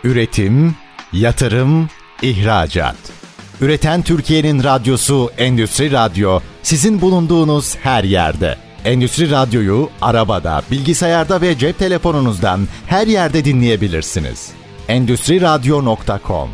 Üretim, yatırım, ihracat. Üreten Türkiye'nin radyosu Endüstri Radyo, sizin bulunduğunuz her yerde. Endüstri Radyo'yu arabada, bilgisayarda ve cep telefonunuzdan her yerde dinleyebilirsiniz. Endüstriradyo.com.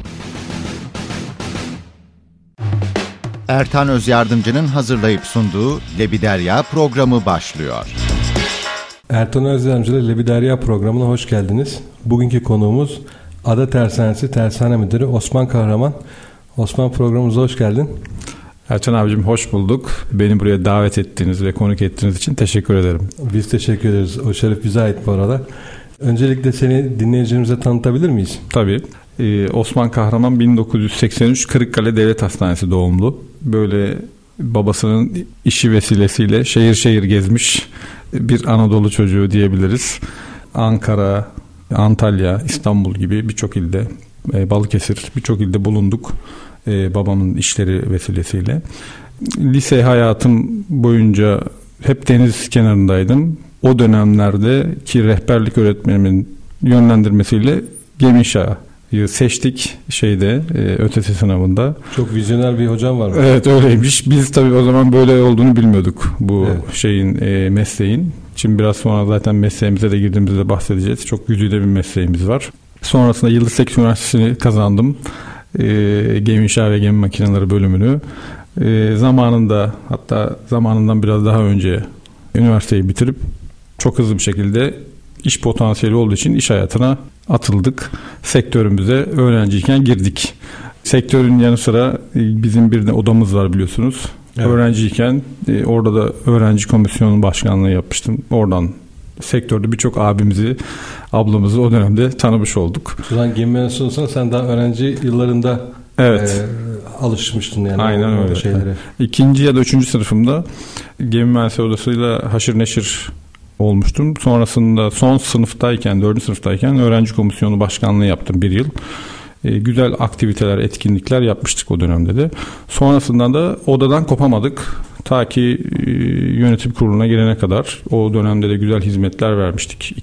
Ertan Özyardımcı'nın hazırlayıp sunduğu Lebiderya programı başlıyor. Ertan Özyardımcı ile Lebiderya programına hoş geldiniz. Bugünkü konuğumuz Ada Tersanesi Tersane Müdürü Osman Kahraman. Osman, programımıza hoş geldin. Ertan abicim, hoş bulduk. Beni buraya davet ettiğiniz ve konuk ettiğiniz için teşekkür ederim. Biz teşekkür ederiz. O şeref bize ait bu arada. Öncelikle seni dinleyicilerimize tanıtabilir miyiz? Tabii. Osman Kahraman 1983 Kırıkkale Devlet Hastanesi doğumlu. Böyle babasının işi vesilesiyle şehir şehir gezmiş bir Anadolu çocuğu diyebiliriz. Ankara, Antalya, İstanbul gibi birçok ilde, Balıkesir birçok ilde bulunduk babamın işleri vesilesiyle. Lise hayatım boyunca hep deniz kenarındaydım. O dönemlerdeki rehberlik öğretmenimin yönlendirmesiyle gemi inşaatı seçtik ÖTS sınavında. Çok vizyoner bir hocam var mı? Evet, öyleymiş. Biz tabii o zaman böyle olduğunu bilmiyorduk bu mesleğin. Şimdi biraz sonra zaten mesleğimize de girdiğimizde bahsedeceğiz. Çok güzide bir mesleğimiz var. Sonrasında Yıldız Teknik Üniversitesi'ni kazandım. Gemi inşaatı ve gemi makineleri bölümünü. Zamanından biraz daha önce üniversiteyi bitirip çok hızlı bir şekilde iş potansiyeli olduğu için iş hayatına atıldık. Sektörümüze öğrenciyken girdik. Sektörün yanı sıra bizim bir de odamız var, biliyorsunuz. Evet. Öğrenciyken orada da öğrenci komisyonu başkanlığı yapmıştım. Oradan sektörde birçok ablamızı o dönemde tanımış olduk. Şuradan gemi mühendisi olsan sen daha öğrenci yıllarında alışmıştın yani. Aynen öyle. Şeylere. 2. ya da 3. sınıfımda gemi mühendisi odasıyla haşır neşir olmuştum. Sonrasında son sınıftayken, 4. sınıftayken öğrenci komisyonu başkanlığı yaptım 1 yıl. Güzel aktiviteler, etkinlikler yapmıştık o dönemde de. Sonrasında da odadan kopamadık. Ta ki yönetim kuruluna gelene kadar o dönemde de güzel hizmetler vermiştik.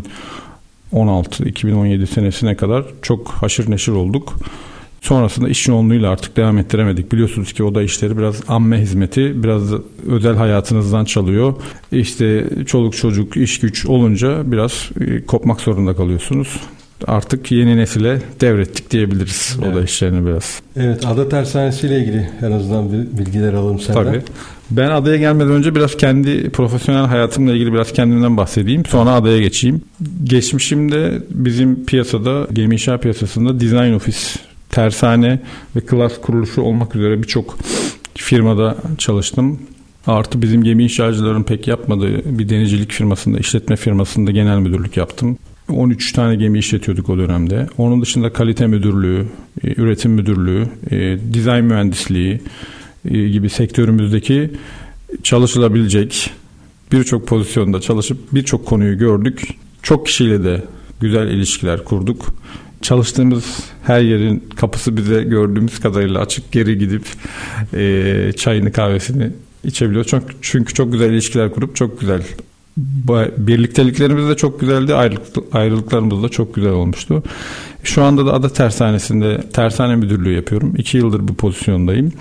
2016-2017 senesine kadar çok haşır neşir olduk. Sonrasında iş yoğunluğuyla artık devam ettiremedik. Biliyorsunuz ki oda işleri biraz amme hizmeti, biraz özel hayatınızdan çalıyor. İşte çoluk çocuk, iş güç olunca biraz kopmak zorunda kalıyorsunuz. Artık yeni nesile devrettik diyebiliriz oda işlerini biraz. Evet, Ada Tersanesi ile ilgili en azından bilgiler alalım senden. Tabii. Ben adaya gelmeden önce biraz kendi profesyonel hayatımla ilgili biraz kendimden bahsedeyim. Sonra adaya geçeyim. Geçmişimde bizim piyasada, gemi inşaat piyasasında design office, tersane ve klas kuruluşu olmak üzere birçok firmada çalıştım. Artı bizim gemi inşaatçıların pek yapmadığı bir denizcilik firmasında, işletme firmasında genel müdürlük yaptım. 13 tane gemi işletiyorduk o dönemde. Onun dışında kalite müdürlüğü, üretim müdürlüğü, dizayn mühendisliği gibi sektörümüzdeki çalışılabilecek birçok pozisyonda çalışıp birçok konuyu gördük. Çok kişiyle de güzel ilişkiler kurduk. Çalıştığımız her yerin kapısı bize gördüğümüz kadarıyla açık, geri gidip çayını kahvesini içebiliyoruz. Çünkü çok güzel ilişkiler kurup çok güzel, birlikteliklerimiz de çok güzeldi, ayrılıklarımız da çok güzel olmuştu. Şu anda da Ada Tersanesi'nde tersane müdürlüğü yapıyorum. 2 yıldır bu pozisyondayım.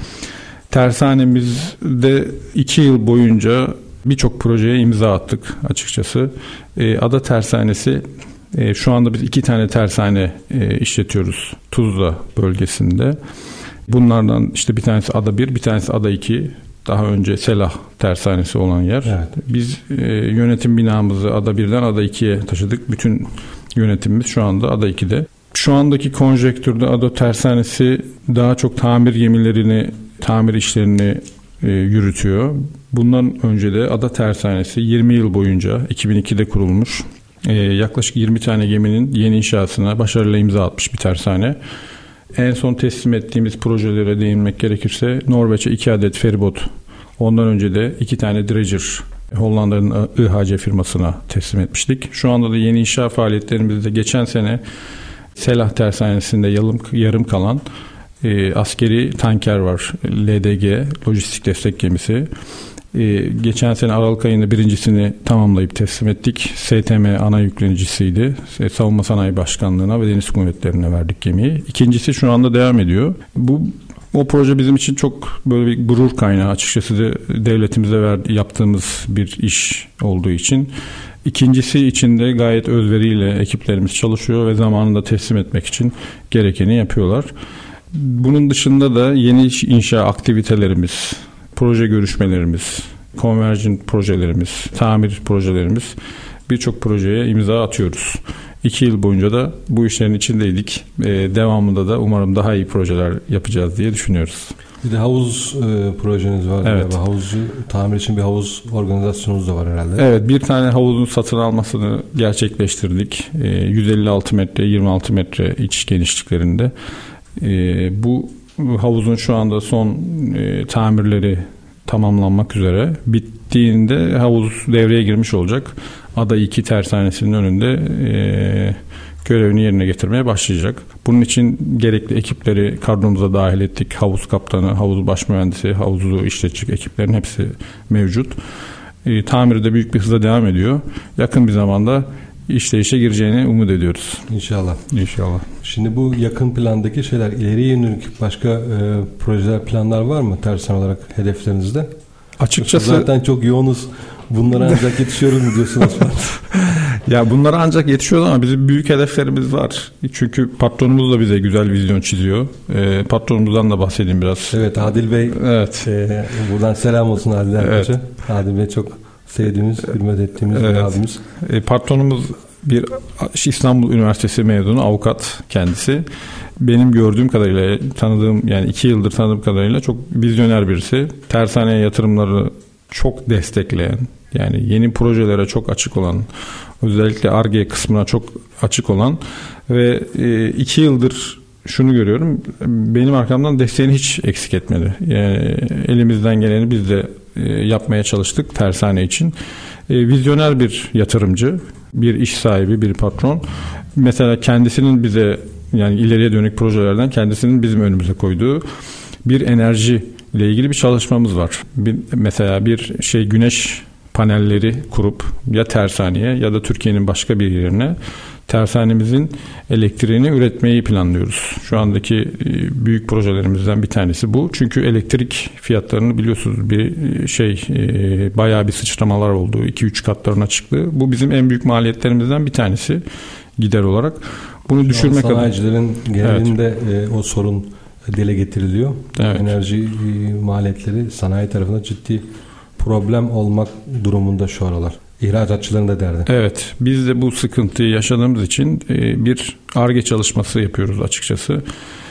Tersanemizde 2 yıl boyunca birçok projeye imza attık açıkçası. Ada Tersanesi, şu anda biz 2 tane tersane işletiyoruz Tuzla bölgesinde. Bunlardan işte bir tanesi Ada 1, bir tanesi Ada 2. Daha önce Selah Tersanesi olan yer. Evet. Biz yönetim binamızı Ada 1'den Ada 2'ye taşıdık. Bütün yönetimimiz şu anda Ada 2'de. Şu andaki konjektürde Ada Tersanesi daha çok tamir gemilerini, tamir işlerini yürütüyor. Bundan önce de Ada Tersanesi 20 yıl boyunca 2002'de kurulmuş. Yaklaşık 20 tane geminin yeni inşasına başarıyla imza atmış bir tersane. En son teslim ettiğimiz projelere değinmek gerekirse Norveç'e 2 adet feribot, ondan önce de 2 tane dredger Hollanda'nın IHC firmasına teslim etmiştik. Şu anda da yeni inşaat faaliyetlerimizde geçen sene Selah Tersanesi'nde yarım kalan askeri tanker var. LDG, lojistik destek gemisi. Geçen sene Aralık ayında birincisini tamamlayıp teslim ettik. STM ana yüklenicisiydi. Savunma Sanayi Başkanlığı'na ve Deniz Kuvvetleri'ne verdik gemiyi. İkincisi şu anda devam ediyor. O proje bizim için çok böyle bir gurur kaynağı, açıkçası devletimize yaptığımız bir iş olduğu için. İkincisi için de gayet özveriyle ekiplerimiz çalışıyor ve zamanında teslim etmek için gerekeni yapıyorlar. Bunun dışında da yeni inşa aktivitelerimiz, proje görüşmelerimiz, convergent projelerimiz, tamir projelerimiz, birçok projeye imza atıyoruz. 2 yıl boyunca da bu işlerin içindeydik. Devamında da umarım daha iyi projeler yapacağız diye düşünüyoruz. Bir de havuz projeniz var. Evet. Havuzu tamir için bir havuz organizasyonunuz da var herhalde. Evet, bir tane havuzun satın almasını gerçekleştirdik. 156 metre, 26 metre iç genişliklerinde. Bu havuzun şu anda son tamirleri tamamlanmak üzere. Bittiğinde havuz devreye girmiş olacak. Ada 2 tersanesinin önünde görevini yerine getirmeye başlayacak. Bunun için gerekli ekipleri kadromuza dahil ettik. Havuz kaptanı, havuz baş mühendisi, havuzu işletecek ekiplerin hepsi mevcut. Tamiri de büyük bir hızla devam ediyor. Yakın bir zamanda işleyişe gireceğini umut ediyoruz. İnşallah. İnşallah. Şimdi bu yakın plandaki şeyler, ileriye yönelik başka projeler, planlar var mı tersane olarak hedeflerinizde? Açıkçası zaten çok yoğunuz. Bunlara ancak yetişiyoruz mu diyorsunuz? Ya bunlara ancak yetişiyoruz ama bizim büyük hedeflerimiz var. Çünkü patronumuz da bize güzel vizyon çiziyor. Patronumuzdan da bahsedeyim biraz. Evet, Adil Bey. Evet. Buradan selam olsun Adil Erkoç'a. Evet. Adil Bey çok sevdiğimiz, hürmet ettiğimiz bir abimiz. Patronumuz bir İstanbul Üniversitesi mezunu avukat kendisi. Benim gördüğüm kadarıyla, tanıdığım, yani 2 yıldır tanıdığım kadarıyla çok vizyoner birisi. Tersaneye yatırımları çok destekleyen, yani yeni projelere çok açık olan, özellikle Ar-Ge kısmına çok açık olan ve 2 yıldır şunu görüyorum, benim arkamdan desteğini hiç eksik etmedi. Yani elimizden geleni biz de yapmaya çalıştık tersane için. Vizyoner bir yatırımcı, bir iş sahibi, bir patron. Mesela kendisinin bize, yani ileriye dönük projelerden kendisinin bizim önümüze koyduğu bir enerji ile ilgili bir çalışmamız var. Mesela bir güneş panelleri kurup ya tersaneye ya da Türkiye'nin başka bir yerine tersanemizin elektriğini üretmeyi planlıyoruz. Şu andaki büyük projelerimizden bir tanesi bu. Çünkü elektrik fiyatlarını biliyorsunuz bayağı bir sıçramalar oldu. 2-3 katlarına çıktı. Bu bizim en büyük maliyetlerimizden bir tanesi gider olarak. Bunu düşürmek adına. Sanayicilerin genelinde o sorun dile getiriliyor. Evet. Enerji maliyetleri sanayi tarafında ciddi problem olmak durumunda şu aralar. İhracatçıların da derdi. Evet. Biz de bu sıkıntıyı yaşadığımız için bir Ar-Ge çalışması yapıyoruz açıkçası.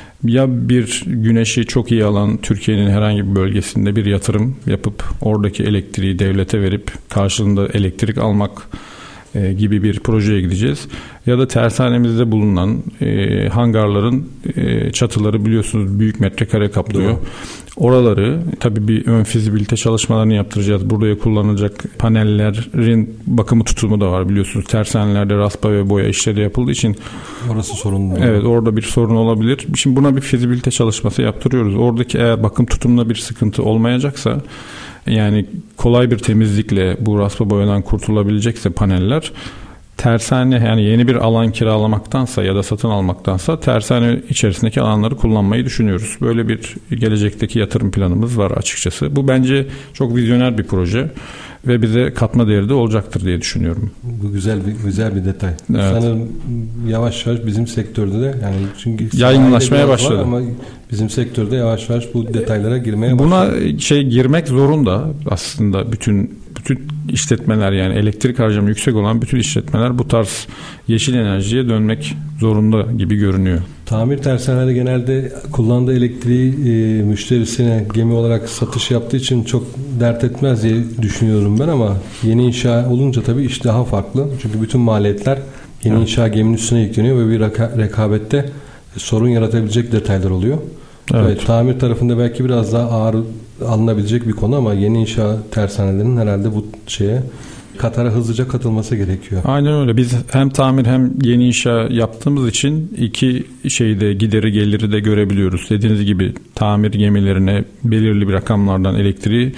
Ya bir güneşi çok iyi alan Türkiye'nin herhangi bir bölgesinde bir yatırım yapıp oradaki elektriği devlete verip karşılığında elektrik almak gibi bir projeye gideceğiz. Ya da tersanemizde bulunan hangarların çatıları biliyorsunuz büyük metrekare kaplıyor. Doğru. Oraları tabii bir ön fizibilite çalışmalarını yaptıracağız. Buraya kullanılacak panellerin bakımı tutumu da var biliyorsunuz. Tersanelerde raspa ve boya işleri yapıldığı için. Orası sorun. Evet, orada bir sorun olabilir. Şimdi buna bir fizibilite çalışması yaptırıyoruz. Oradaki eğer bakım tutumunda bir sıkıntı olmayacaksa, yani kolay bir temizlikle bu raspa boyadan kurtulabilecekse paneller, tersane, yani yeni bir alan kiralamaktansa ya da satın almaktansa tersane içerisindeki alanları kullanmayı düşünüyoruz. Böyle bir gelecekteki yatırım planımız var açıkçası. Bu bence çok vizyoner bir proje ve bize katma değeri de olacaktır diye düşünüyorum. Bu güzel bir detay. Evet. Sanırım yavaş yavaş bizim sektörde de, yani çünkü yaygınlaşmaya başladı. Ama bizim sektörde yavaş yavaş bu detaylara girmeye başladı. Buna girmek zorunda aslında bütün işletmeler, yani elektrik harcamı yüksek olan bütün işletmeler bu tarz yeşil enerjiye dönmek zorunda gibi görünüyor. Tamir tersaneleri genelde kullandığı elektriği müşterisine gemi olarak satış yaptığı için çok dert etmez diye düşünüyorum ben, ama yeni inşa olunca tabii iş daha farklı. Çünkü bütün maliyetler yeni inşa geminin üstüne yükleniyor ve bir rekabette sorun yaratabilecek detaylar oluyor. Evet, tamir tarafında belki biraz daha ağır alınabilecek bir konu ama yeni inşa tersanelerin herhalde bu Katar'a hızlıca katılması gerekiyor. Aynen öyle. Biz hem tamir hem yeni inşa yaptığımız için iki gideri geliri de görebiliyoruz. Dediğiniz gibi tamir gemilerine belirli bir rakamlardan elektriği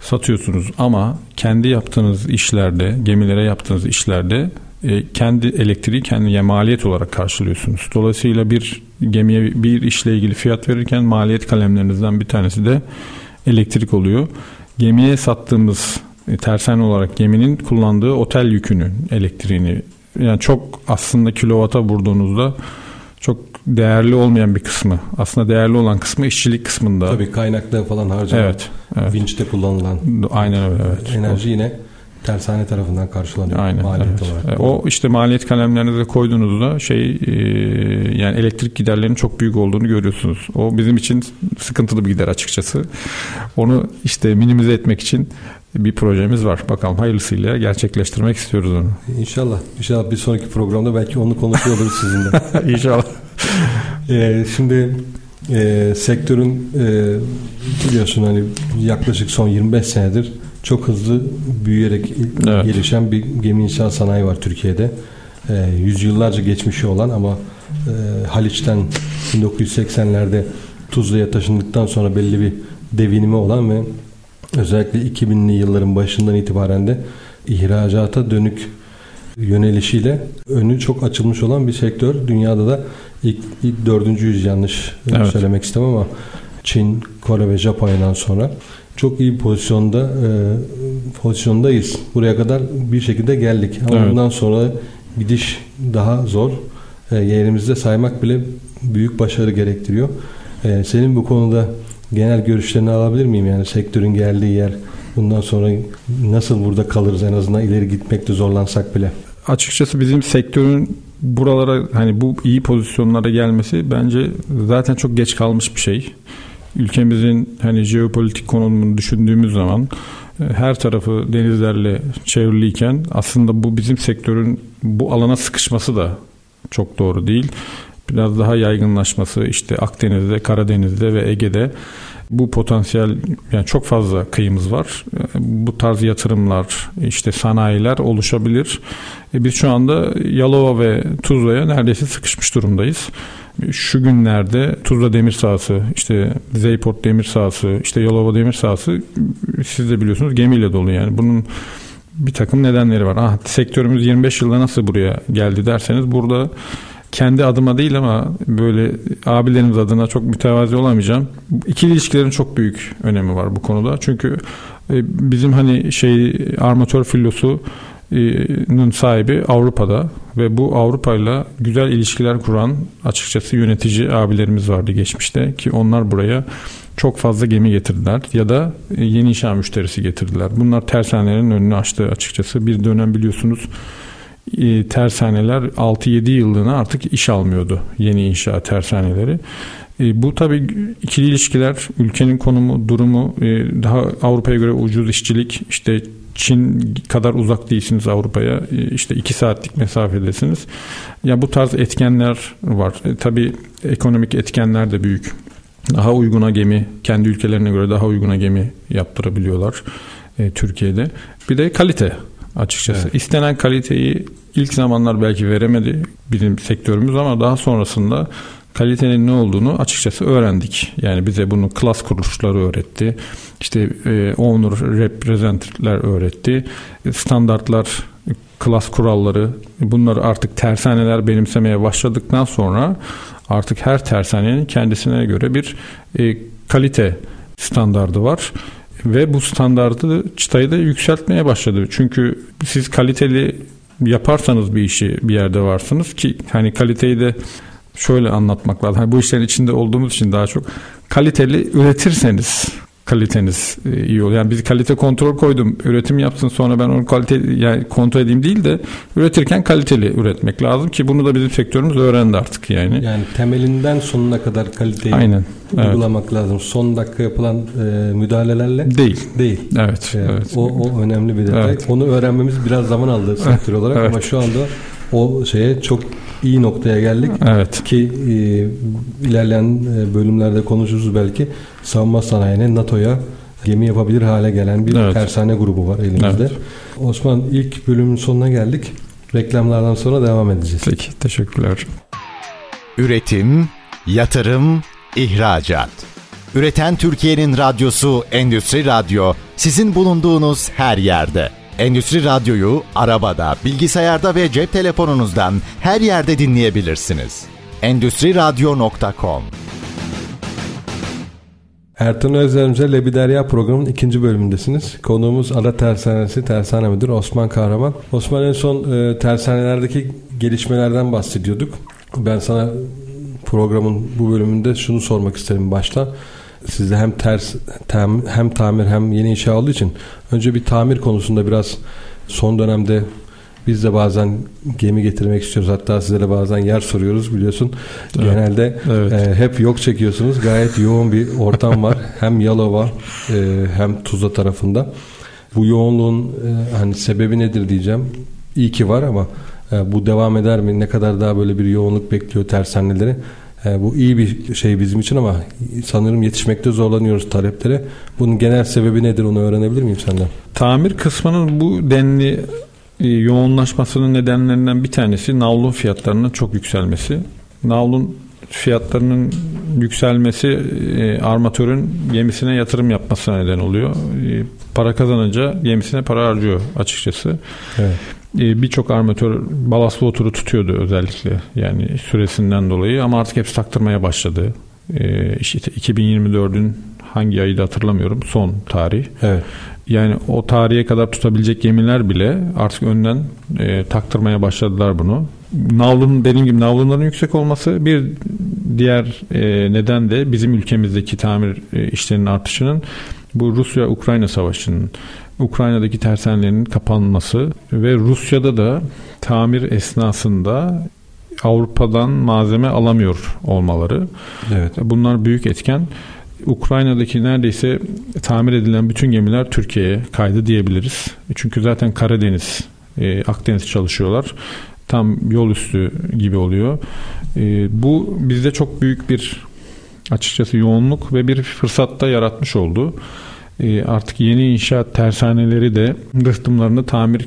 satıyorsunuz ama kendi yaptığınız işlerde, gemilere yaptığınız işlerde kendi elektriği kendine maliyet olarak karşılıyorsunuz. Dolayısıyla bir gemiye bir işle ilgili fiyat verirken maliyet kalemlerinizden bir tanesi de elektrik oluyor. Gemiye sattığımız tersane olarak geminin kullandığı otel yükünün elektriğini, yani çok aslında kilovata vurduğunuzda çok değerli olmayan bir kısmı. Aslında değerli olan kısmı işçilik kısmında. Tabii kaynakta falan harcanan. Evet. Vinçte kullanılan. Aynen öyle. Evet. Enerji yine tersane tarafından karşılanıyor. Aynen, maliyet olarak. O işte maliyet kalemlerinize koyduğunuzda yani elektrik giderlerinin çok büyük olduğunu görüyorsunuz. O bizim için sıkıntılı bir gider açıkçası. Onu işte minimize etmek için bir projemiz var. Bakalım hayırlısıyla gerçekleştirmek istiyoruz onu. İnşallah. İnşallah bir sonraki programda belki onu konuşuyor oluruz sizinle. İnşallah. Şimdi sektörün biliyorsun hani yaklaşık son 25 senedir çok hızlı büyüyerek gelişen bir gemi inşaat sanayi var Türkiye'de. Yüzyıllarca geçmişi olan ama Haliç'ten 1980'lerde Tuzla'ya taşındıktan sonra belli bir devinimi olan ve özellikle 2000'li yılların başından itibaren de ihracata dönük yönelişiyle önü çok açılmış olan bir sektör. Dünyada da ilk 4. yüz yanlış söylemek istemem ama Çin, Kore ve Japonya'dan sonra çok iyi bir pozisyondayız. Buraya kadar bir şekilde geldik. Ama bundan sonra gidiş daha zor. Yerimizde saymak bile büyük başarı gerektiriyor. Senin bu konuda genel görüşlerini alabilir miyim? Yani sektörün geldiği yer, bundan sonra nasıl burada kalırız, en azından ileri gitmekte zorlansak bile? Açıkçası bizim sektörün buralara, hani bu iyi pozisyonlara gelmesi bence zaten çok geç kalmış bir şey. Ülkemizin hani jeopolitik konumunu düşündüğümüz zaman her tarafı denizlerle çevriliyken aslında bu bizim sektörün bu alana sıkışması da çok doğru değil. Biraz daha yaygınlaşması, işte Akdeniz'de, Karadeniz'de ve Ege'de bu potansiyel, yani çok fazla kıyımız var. Bu tarz yatırımlar, işte sanayiler oluşabilir. Biz şu anda Yalova ve Tuzla'ya neredeyse sıkışmış durumdayız. Şu günlerde Tuzla demir sahası, işte Zeyport demir sahası, işte Yalova demir sahası, siz de biliyorsunuz, gemiyle dolu yani. Bunun bir takım nedenleri var. Sektörümüz 25 yılda nasıl buraya geldi derseniz, burada kendi adıma değil ama böyle abilerimiz adına çok mütevazi olamayacağım. İkili ilişkilerin çok büyük önemi var bu konuda. Çünkü bizim hani armatör filosunun sahibi Avrupa'da ve bu Avrupa'yla güzel ilişkiler kuran açıkçası yönetici abilerimiz vardı geçmişte, ki onlar buraya çok fazla gemi getirdiler ya da yeni inşa müşterisi getirdiler. Bunlar tersanelerin önünü açtı açıkçası. Bir dönem biliyorsunuz tersaneler 6-7 yıllığına artık iş almıyordu, yeni inşa tersaneleri. Bu tabii ikili ilişkiler, ülkenin konumu, durumu, daha Avrupa'ya göre ucuz işçilik, işte Çin kadar uzak değilsiniz Avrupa'ya, işte 2 saatlik mesafedesiniz. Ya bu tarz etkenler var. Tabii ekonomik etkenler de büyük. Daha uyguna gemi, kendi ülkelerine göre daha uyguna gemi yaptırabiliyorlar Türkiye'de. Bir de kalite. Açıkçası istenen kaliteyi ilk zamanlar belki veremedi bizim sektörümüz ama daha sonrasında kalitenin ne olduğunu açıkçası öğrendik. Yani bize bunu klas kuruluşları öğretti. İşte owner representative'ler öğretti. Standartlar, klas kuralları, bunları artık tersaneler benimsemeye başladıktan sonra artık her tersanenin kendisine göre bir kalite standardı var. Ve bu standardı, çıtayı da yükseltmeye başladı. Çünkü siz kaliteli yaparsanız bir işi, bir yerde varsınız ki hani kaliteyi de şöyle anlatmak lazım. Hani bu işlerin içinde olduğumuz için daha çok kaliteli üretirseniz kaliteniz iyi oluyor. Yani biz kalite kontrol koydum, üretim yapsın, sonra ben onu yani kontrol edeyim değil de üretirken kaliteli üretmek lazım ki bunu da bizim sektörümüz öğrendi artık yani. Yani temelinden sonuna kadar kaliteyi uygulamak lazım. Son dakika yapılan müdahalelerle değil. Evet. O önemli bir detay. Evet. Onu öğrenmemiz biraz zaman aldı sektör olarak ama şu anda o çok iyi noktaya geldik. Evet. Ki ilerleyen bölümlerde konuşuruz belki. Savunma sanayine, NATO'ya gemi yapabilir hale gelen bir tersane grubu var elimizde. Evet. Osman, ilk bölümün sonuna geldik. Reklamlardan sonra devam edeceğiz. Peki, teşekkürler. Üretim, yatırım, ihracat. Üreten Türkiye'nin radyosu Endüstri Radyo, sizin bulunduğunuz her yerde. Endüstri Radyo'yu arabada, bilgisayarda ve cep telefonunuzdan her yerde dinleyebilirsiniz. Endüstriradyo.com. Ertan Özyardımcı Lebiderya programının 2. bölümündesiniz. Konuğumuz Ada Tersanesi Tersane Müdürü Osman Kahraman. Osman, en son tersanelerdeki gelişmelerden bahsediyorduk. Ben sana programın bu bölümünde şunu sormak isterim başta. Sizde hem tamir hem yeni inşa olduğu için önce bir tamir konusunda biraz son dönemde biz de bazen gemi getirmek istiyoruz. Hatta size de bazen yer soruyoruz, biliyorsun. Evet. Genelde hep yok çekiyorsunuz. Gayet yoğun bir ortam var. Hem Yalova hem Tuzla tarafında. Bu yoğunluğun hani sebebi nedir diyeceğim. İyi ki var ama bu devam eder mi? Ne kadar daha böyle bir yoğunluk bekliyor tersaneleri? Bu iyi bir şey bizim için ama sanırım yetişmekte zorlanıyoruz taleplere. Bunun genel sebebi nedir, onu öğrenebilir miyim senden? Tamir kısmının bu denli yoğunlaşmasının nedenlerinden bir tanesi navlun fiyatlarının çok yükselmesi. Navlun fiyatlarının yükselmesi armatörün gemisine yatırım yapmasına neden oluyor. Para kazanınca gemisine para harcıyor açıkçası. Evet. Birçok armatör balastlı oturu tutuyordu özellikle, yani süresinden dolayı, ama artık hepsi taktırmaya başladı. İşte 2024'ün hangi ayı da hatırlamıyorum, son tarih. Evet. Yani o tarihe kadar tutabilecek gemiler bile artık önden taktırmaya başladılar bunu. Dediğim gibi navlunların yüksek olması, bir diğer neden de bizim ülkemizdeki tamir işlerinin artışının bu Rusya-Ukrayna savaşının, Ukrayna'daki tersanelerin kapanması ve Rusya'da da tamir esnasında Avrupa'dan malzeme alamıyor olmaları. Evet. Bunlar büyük etken. Ukrayna'daki neredeyse tamir edilen bütün gemiler Türkiye'ye kaydı diyebiliriz. Çünkü zaten Karadeniz, Akdeniz çalışıyorlar. Tam yol üstü gibi oluyor. Bu bizde çok büyük bir açıkçası yoğunluk ve bir fırsat da yaratmış oldu. Artık yeni inşaat tersaneleri de rıhtımlarını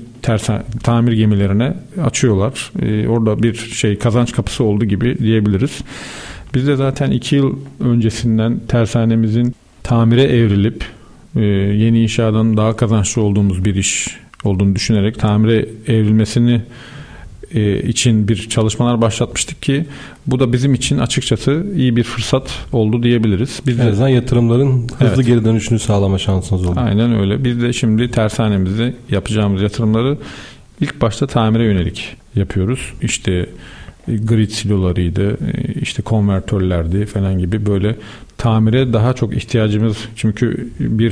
tamir gemilerine açıyorlar. Orada bir kazanç kapısı oldu gibi diyebiliriz. Biz de zaten 2 yıl öncesinden tersanemizin tamire evrilip yeni inşaatın daha kazançlı olduğumuz bir iş olduğunu düşünerek tamire evrilmesini için bir çalışmalar başlatmıştık ki bu da bizim için açıkçası iyi bir fırsat oldu diyebiliriz. Biz en azından yatırımların hızlı geri dönüşünü sağlama şansınız oldu. Aynen öyle. Biz de şimdi tersanemizde yapacağımız yatırımları ilk başta tamire yönelik yapıyoruz. İşte grid silolarıydı, işte konvertörlerdi falan gibi, böyle tamire daha çok ihtiyacımız, çünkü bir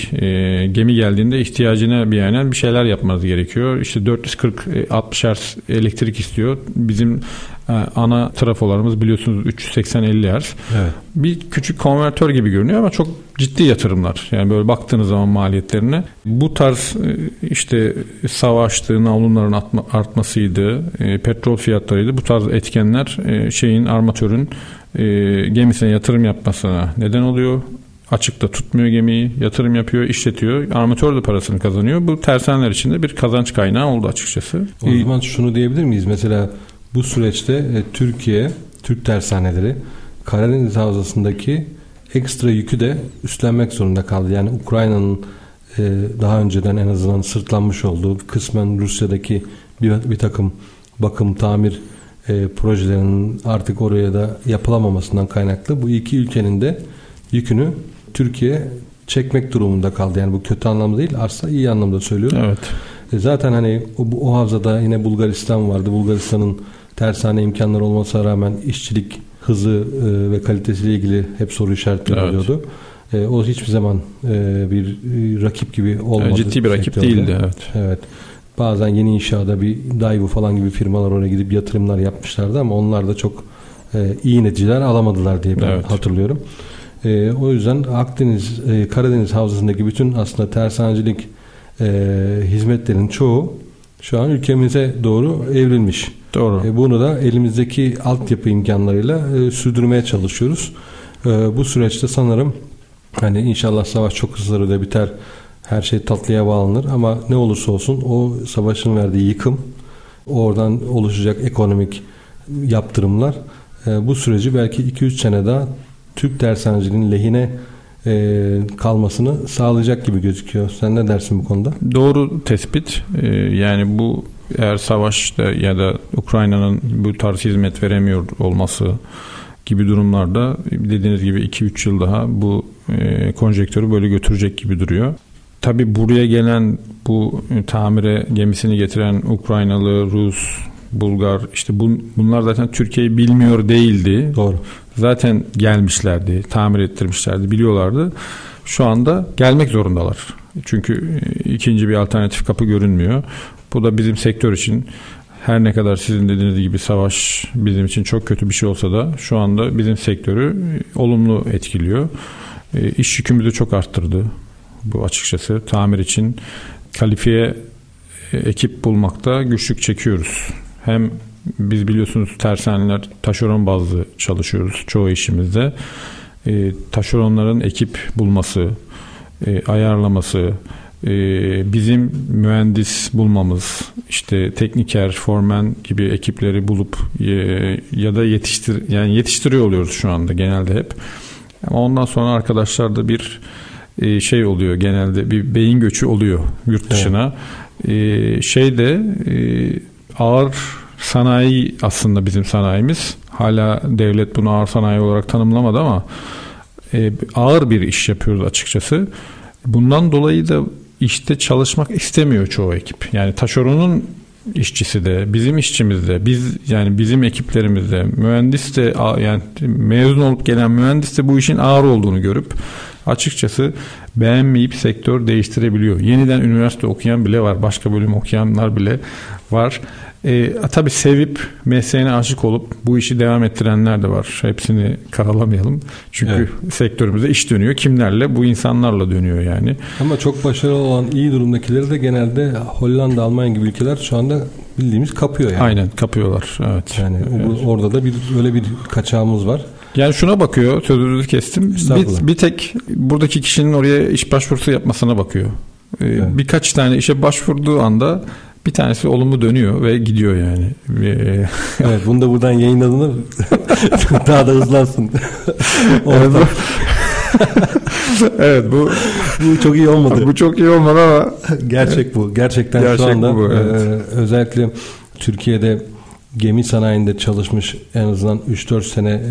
gemi geldiğinde ihtiyacına binaen bir şeyler yapmanız gerekiyor. İşte 440-60 Hz elektrik istiyor. Bizim ana trafolarımız biliyorsunuz 380-50 Hz. Evet. Bir küçük konvertör gibi görünüyor ama çok ciddi yatırımlar. Yani böyle baktığınız zaman maliyetlerine. Bu tarz işte savaştı, navlunların artmasıydı, petrol fiyatlarıydı. Bu tarz etkenler armatörün gemisine yatırım yapmasına neden oluyor. Açıkta tutmuyor gemiyi, yatırım yapıyor, işletiyor. Armatör de parasını kazanıyor. Bu tersaneler için de bir kazanç kaynağı oldu açıkçası. O zaman şunu diyebilir miyiz? Mesela bu süreçte Türk tersaneleri Karadeniz Havzası'ndaki ekstra yükü de üstlenmek zorunda kaldı. Yani Ukrayna'nın daha önceden en azından sırtlanmış olduğu, kısmen Rusya'daki bir takım bakım, tamir projelerinin artık oraya da yapılamamasından kaynaklı bu iki ülkenin de yükünü Türkiye çekmek durumunda kaldı. Yani bu kötü anlamda değil, aslında iyi anlamda söylüyorum. Evet. Zaten hani o havzada yine Bulgaristan vardı. Bulgaristan'ın tersane imkanları olmasına rağmen işçilik hızı ve kalitesiyle ilgili hep soru işaretleri oluyordu. O hiçbir zaman bir rakip gibi olmadı. Ciddi bir rakip değildi. Evet. Bazen yeni inşaada bir Daewoo falan gibi firmalar oraya gidip yatırımlar yapmışlardı ama onlar da çok iyi neticeler alamadılar diye ben hatırlıyorum. O yüzden Karadeniz Havzası'ndaki bütün aslında tersanecilik hizmetlerin çoğu şu an ülkemize doğru evrilmiş. Doğru. Bunu da elimizdeki altyapı imkanlarıyla sürdürmeye çalışıyoruz. Bu süreçte sanırım hani inşallah savaş çok hızlı da biter. Her şey tatlıya bağlanır ama ne olursa olsun o savaşın verdiği yıkım, oradan oluşacak ekonomik yaptırımlar bu süreci belki 2-3 sene daha Türk tersaneciliğinin lehine kalmasını sağlayacak gibi gözüküyor. Sen ne dersin bu konuda? Doğru tespit. Yani bu eğer savaşta ya da Ukrayna'nın bu tarz hizmet veremiyor olması gibi durumlarda dediğiniz gibi 2-3 yıl daha bu konjektörü böyle götürecek gibi duruyor. Tabii buraya gelen bu tamire gemisini getiren Ukraynalı, Rus, Bulgar işte bunlar zaten Türkiye'yi bilmiyor değildi. Doğru. Zaten gelmişlerdi, tamir ettirmişlerdi, biliyorlardı. Şu anda gelmek zorundalar. Çünkü ikinci bir alternatif kapı görünmüyor. Bu da bizim sektör için her ne kadar sizin dediğiniz gibi savaş bizim için çok kötü bir şey olsa da şu anda bizim sektörü olumlu etkiliyor. İş yükümüzü çok arttırdı bu açıkçası. Tamir için kalifiye ekip bulmakta güçlük çekiyoruz. Hem biz biliyorsunuz tersaneler taşeron bazlı çalışıyoruz çoğu işimizde. Taşeronların ekip bulması, ayarlaması, bizim mühendis bulmamız, işte tekniker, formen gibi ekipleri bulup ya da yetiştiriyor oluyoruz şu anda genelde hep. Ama ondan sonra arkadaşlarda bir şey oluyor, genelde bir beyin göçü oluyor yurt dışına. Evet. Ağır sanayi aslında bizim sanayimiz. Hala devlet bunu ağır sanayi olarak tanımlamadı ama ağır bir iş yapıyoruz açıkçası. Bundan dolayı da işte çalışmak istemiyor çoğu ekip. Yani taşeronun işçisi de, bizim işçimiz de, bizim ekiplerimizde, mühendis de, yani mezun olup gelen mühendis de bu işin ağır olduğunu görüp açıkçası beğenmeyip sektör değiştirebiliyor. Yeniden üniversite okuyan bile var, başka bölüm okuyanlar bile var. Tabii sevip mesleğine aşık olup bu işi devam ettirenler de var. Hepsini karalamayalım. Çünkü sektörümüzde iş dönüyor. Kimlerle? Bu insanlarla dönüyor yani. Ama çok başarılı olan iyi durumdakileri de genelde Hollanda, Almanya gibi ülkeler şu anda bildiğimiz kapıyor yani. Aynen kapıyorlar. Evet. Yani orada da öyle bir kaçağımız var. Yani şuna bakıyor, sözünüzü kestim. Bir tek buradaki kişinin oraya iş başvurusu yapmasına bakıyor. Evet. Birkaç tane işe başvurduğu anda bir tanesi olumlu dönüyor ve gidiyor yani. Evet, bunu da buradan yayınladığında daha da hızlansın. Evet, bu çok iyi olmadı. Bu çok iyi olmadı ama gerçek bu. Gerçekten şu anda bu, evet. Özellikle Türkiye'de gemi sanayinde çalışmış en azından 3-4 sene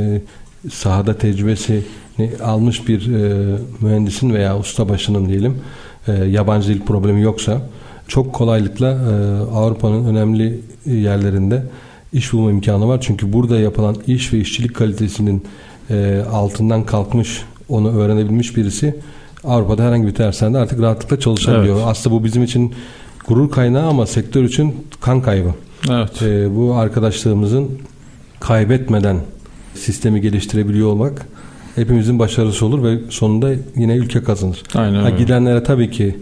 sahada tecrübesini almış bir mühendisin veya ustabaşının diyelim yabancı dil problemi yoksa çok kolaylıkla Avrupa'nın önemli yerlerinde iş bulma imkanı var. Çünkü burada yapılan iş ve işçilik kalitesinin altından kalkmış, onu öğrenebilmiş birisi Avrupa'da herhangi bir tersanede artık rahatlıkla çalışabiliyor. Evet. Aslında bu bizim için gurur kaynağı ama sektör için kan kaybı. Evet. Bu arkadaşlarımızın kaybetmeden sistemi geliştirebiliyor olmak hepimizin başarısı olur ve sonunda yine ülke kazanır. Aynen. Gidenlere tabii ki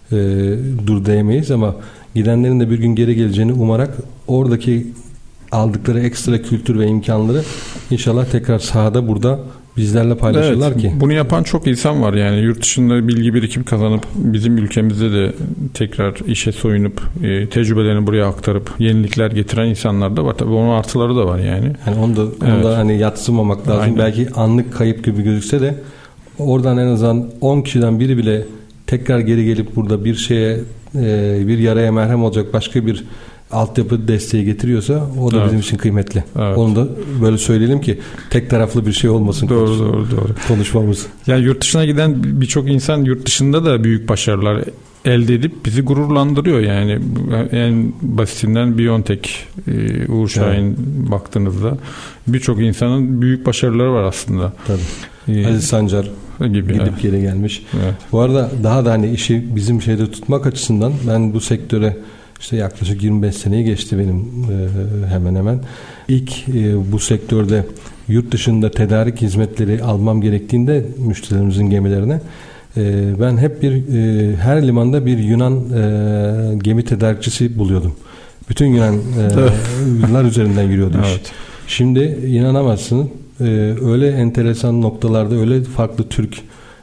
dur diyemeyiz ama gidenlerin de bir gün geri geleceğini umarak oradaki aldıkları ekstra kültür ve imkanları inşallah tekrar sahada burada bizlerle paylaşırlar. Evet, ki. Bunu yapan çok insan var yani yurt dışında bilgi birikim kazanıp bizim ülkemizde de tekrar işe soyunup tecrübelerini buraya aktarıp yenilikler getiren insanlar da var. Tabii onun artıları da var yani. Yani onu da hani yadsımamak lazım. Aynen. Belki anlık kayıp gibi gözükse de oradan en azından 10 kişiden biri bile tekrar geri gelip burada bir şeye bir yaraya merhem olacak başka bir altyapı desteği getiriyorsa o da bizim için kıymetli. Evet. Onu da böyle söyleyelim ki tek taraflı bir şey olmasın. Doğru. Konuşmamız. Yani yurt dışına giden birçok insan yurt dışında da büyük başarılar elde edip bizi gururlandırıyor yani. En basitinden BioNTech, Uğur Şahin baktığınızda birçok insanın büyük başarıları var aslında. Tabii. Aziz Sancar gibi gidip geri gelmiş. Evet. Bu arada daha da hani işi bizim şeyde tutmak açısından ben bu sektöre işte yaklaşık 25 seneyi geçti benim hemen hemen. İlk bu sektörde yurt dışında tedarik hizmetleri almam gerektiğinde müşterilerimizin gemilerine ben hep her limanda bir Yunan gemi tedarikçisi buluyordum. Bütün Yunanlar üzerinden yürüyordu iş. Evet. Şimdi inanamazsın öyle enteresan noktalarda öyle farklı Türk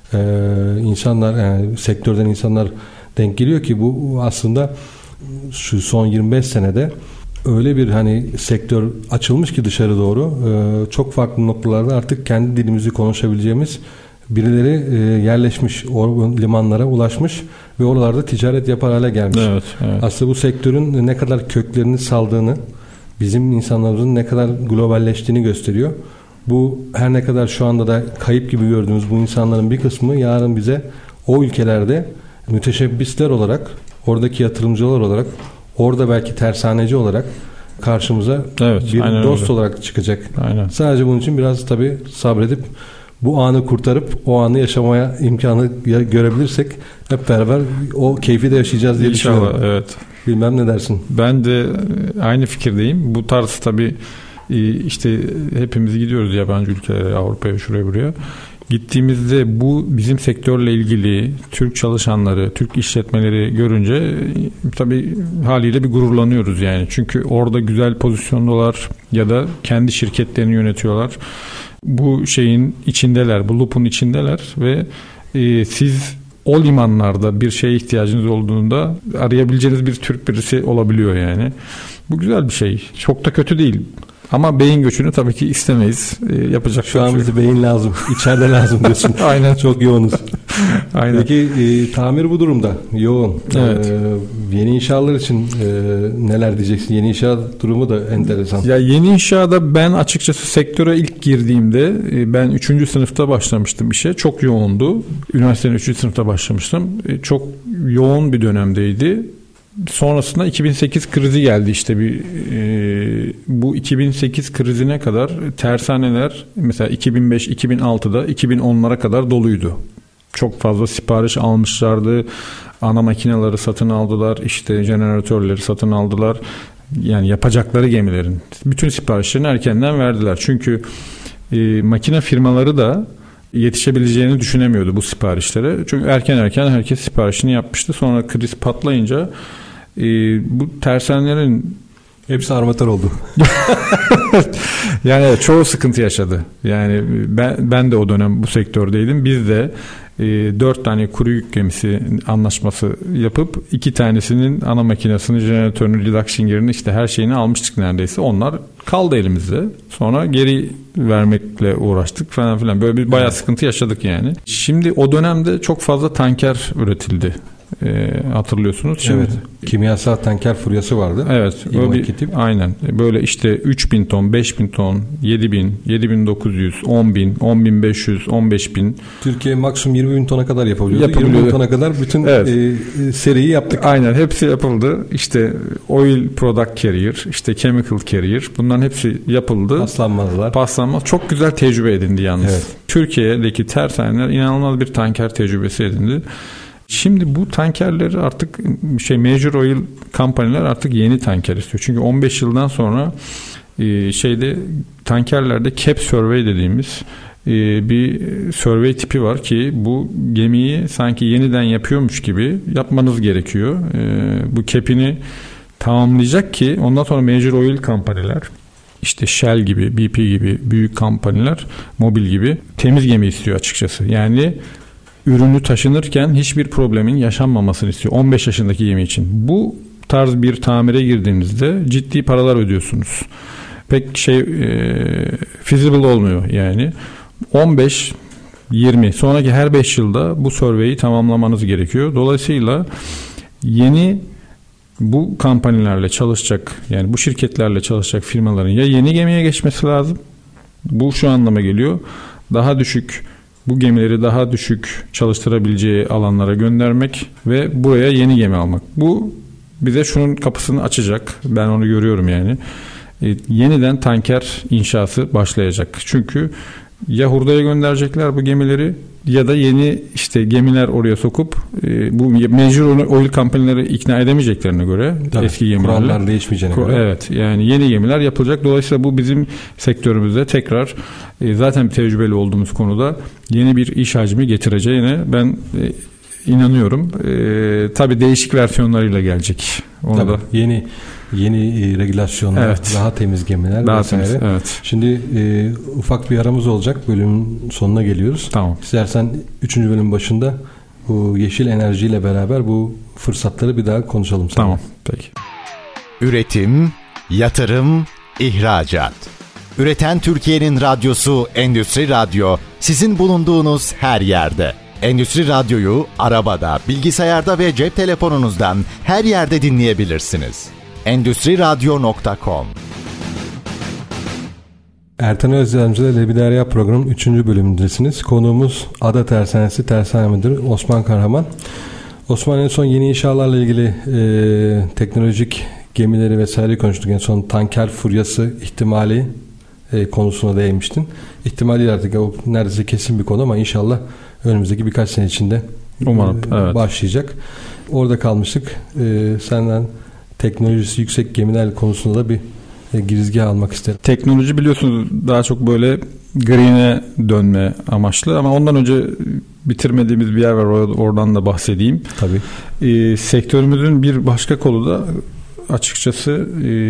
insanlar yani sektörden insanlar denk geliyor ki bu aslında şu son 25 senede öyle bir hani sektör açılmış ki dışarı doğru çok farklı noktalarda artık kendi dilimizi konuşabileceğimiz birileri yerleşmiş, o limanlara ulaşmış ve oralarda ticaret yapar hale gelmiş. Evet. Aslında bu sektörün ne kadar köklerini saldığını, bizim insanlarımızın ne kadar globalleştiğini gösteriyor. Bu her ne kadar şu anda da kayıp gibi gördüğümüz bu insanların bir kısmı yarın bize o ülkelerde müteşebbisler olarak, oradaki yatırımcılar olarak, orada belki tersaneci olarak karşımıza bir dost öyle olarak çıkacak. Aynen. Sadece bunun için biraz tabii sabredip bu anı kurtarıp o anı yaşamaya imkanı görebilirsek hep beraber o keyfi de yaşayacağız diye İnşallah, düşünüyorum. evet. Bilmem ne dersin? Ben de aynı fikirdeyim. Bu tarz tabii işte hepimiz gidiyoruz yabancı ülkelere, Avrupa'ya, şuraya buraya. Gittiğimizde bu bizim sektörle ilgili Türk çalışanları, Türk işletmeleri görünce tabii haliyle bir gururlanıyoruz yani. Çünkü orada güzel pozisyondalar ya da kendi şirketlerini yönetiyorlar. Bu şeyin içindeler, bu loop'un içindeler ve siz o limanlarda bir şeye ihtiyacınız olduğunda arayabileceğiniz bir Türk birisi olabiliyor yani. Bu güzel bir şey. Çok da kötü değil. Ama beyin göçünü tabii ki istemeyiz. Yapacak şu an bize beyin lazım. İçeride lazım diyorsun. Aynen. Çok yoğunuz. Aynen. Peki tamir bu durumda. Yoğun. Evet. Yeni inşaatlar için neler diyeceksin? Yeni inşaat durumu da enteresan. Ya yeni inşaada ben açıkçası sektöre ilk girdiğimde ben 3. sınıfta başlamıştım işe. Çok yoğundu. Üniversitenin 3. sınıfta başlamıştım. Çok yoğun bir dönemdeydi. Sonrasında 2008 krizi geldi işte bu 2008 krizine kadar tersaneler mesela 2005-2006'da 2010'lara kadar doluydu. Çok fazla sipariş almışlardı. Ana makineleri satın aldılar. İşte jeneratörleri satın aldılar. Yani yapacakları gemilerin bütün siparişlerini erkenden verdiler. Çünkü makine firmaları da yetişebileceğini düşünemiyordu bu siparişlere. Çünkü erken herkes siparişini yapmıştı. Sonra kriz patlayınca bu tersanelerin hepsi armatör oldu. Yani çoğu sıkıntı yaşadı. Yani ben de o dönem bu sektördeydim. Biz de 4 tane kuru yük gemisi anlaşması yapıp 2 tanesinin ana makinesini, jeneratörünü, reductiongerini işte her şeyini almıştık neredeyse. Onlar kaldı elimizde. Sonra geri vermekle uğraştık falan filan. Böyle bir bayağı sıkıntı yaşadık yani. Şimdi o dönemde çok fazla tanker üretildi. Hatırlıyorsunuz. Şimdi, evet. Kimyasal tanker furyası vardı. Evet. Aynen. Böyle işte 3000 ton, 5000 ton, 7000, 7900, 10000, 10500, 15000. Türkiye maksimum 20.000 tona kadar yapabiliyordu. 20.000 tona kadar bütün seriyi yaptık. Aynen. Hepsi yapıldı. İşte oil product carrier, işte chemical carrier. Bunların hepsi yapıldı. Paslanmaz. Çok güzel tecrübe edindi yalnız. Evet. Türkiye'deki tersaneler inanılmaz bir tanker tecrübesi edindi. Şimdi bu tankerleri artık major oil company'ler artık yeni tanker istiyor. Çünkü 15 yıldan sonra tankerlerde cap survey dediğimiz bir survey tipi var ki bu gemiyi sanki yeniden yapıyormuş gibi yapmanız gerekiyor. Bu cap'ini tamamlayacak ki ondan sonra major oil company'ler işte Shell gibi, BP gibi büyük kampanyalar, Mobil gibi temiz gemi istiyor açıkçası. Yani ürünü taşınırken hiçbir problemin yaşanmamasını istiyor. 15 yaşındaki gemi için. Bu tarz bir tamire girdiğinizde ciddi paralar ödüyorsunuz. Pek feasible olmuyor yani. 15, 20 sonraki her 5 yılda bu survey'i tamamlamanız gerekiyor. Dolayısıyla yeni bu kampanyalarla çalışacak yani bu şirketlerle çalışacak firmaların ya yeni gemiye geçmesi lazım. Bu şu anlama geliyor. Daha düşük bu gemileri daha düşük çalıştırabileceği alanlara göndermek ve buraya yeni gemi almak. Bu bize şunun kapısını açacak. Ben onu görüyorum yani. Yeniden tanker inşası başlayacak. Çünkü ya hurdaya gönderecekler bu gemileri ya da yeni işte gemiler oraya sokup bu major oil company'leri ikna edemeyeceklerine göre tabii, eski gemilerle kurallar değişmeyeceğine göre. Evet yani yeni gemiler yapılacak. Dolayısıyla bu bizim sektörümüzde tekrar zaten tecrübeli olduğumuz konuda yeni bir iş hacmi getireceğine ben inanıyorum. Tabii değişik versiyonlarıyla gelecek. Onu tabii, da yeni regülasyonlar, evet, daha temiz gemiler daha vesaire. Temiz, evet. Şimdi ufak bir aramız olacak. Bölümün sonuna geliyoruz. Tamam. İstersen 3. bölüm başında bu yeşil enerjiyle beraber bu fırsatları bir daha konuşalım. Tamam. Peki. Üretim, yatırım, ihracat. Üreten Türkiye'nin radyosu Endüstri Radyo, sizin bulunduğunuz her yerde. Endüstri Radyo'yu arabada, bilgisayarda ve cep telefonunuzdan her yerde dinleyebilirsiniz. Endüstriradyo.com. Ertan Özyazıcı ile Lebiderya programının 3. bölümündesiniz. Konuğumuz Ada Tersanesi Tersane Müdürü Osman Kahraman. Osman, en son yeni inşalarla ilgili teknolojik gemileri vesaire konuştuk. En son tanker furyası ihtimali konusuna değinmiştin. İhtimal değil artık, o neredeyse kesin bir konu ama inşallah önümüzdeki birkaç sene içinde umarım başlayacak. Orada kalmıştık. Senden teknolojisi yüksek gemiler konusunda da bir girizgah almak isterim. Teknoloji biliyorsunuz daha çok böyle green'e dönme amaçlı ama ondan önce bitirmediğimiz bir yer var, oradan da bahsedeyim. Tabii. Sektörümüzün bir başka kolu da açıkçası